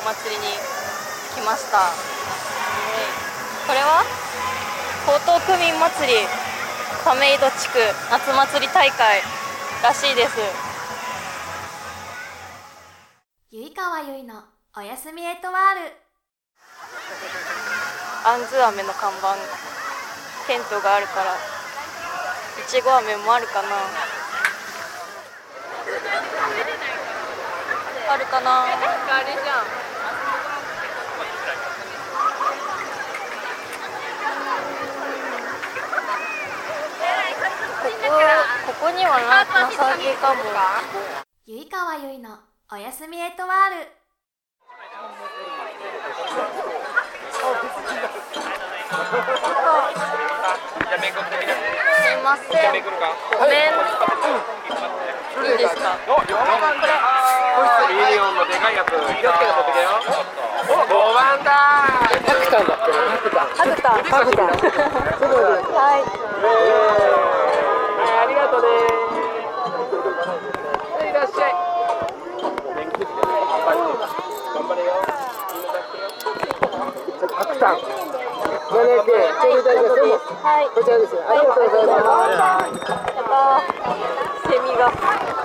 祭りに来ました。これは江東区民祭り亀戸地区夏祭り大会らしいです。 ゆいかわゆいのおやすみエトワール。 あんず飴の看板テントがあるからいちご飴もあるかな。あるかな。あれじゃん。ここにはなさげかも。 ゆいかわゆいのおやすみエトワール。 すいません。ごめん。いいですか。これ。 ミリオンのでかいやつ。気をつけて持ってけよ。5番だ。タクタンだって。タクタン。 はい。 ありがとうね。いらっしゃい。頑張れよ。タクタン。こちらです。 はい。 こちらです。ありがとうございます。 セミが。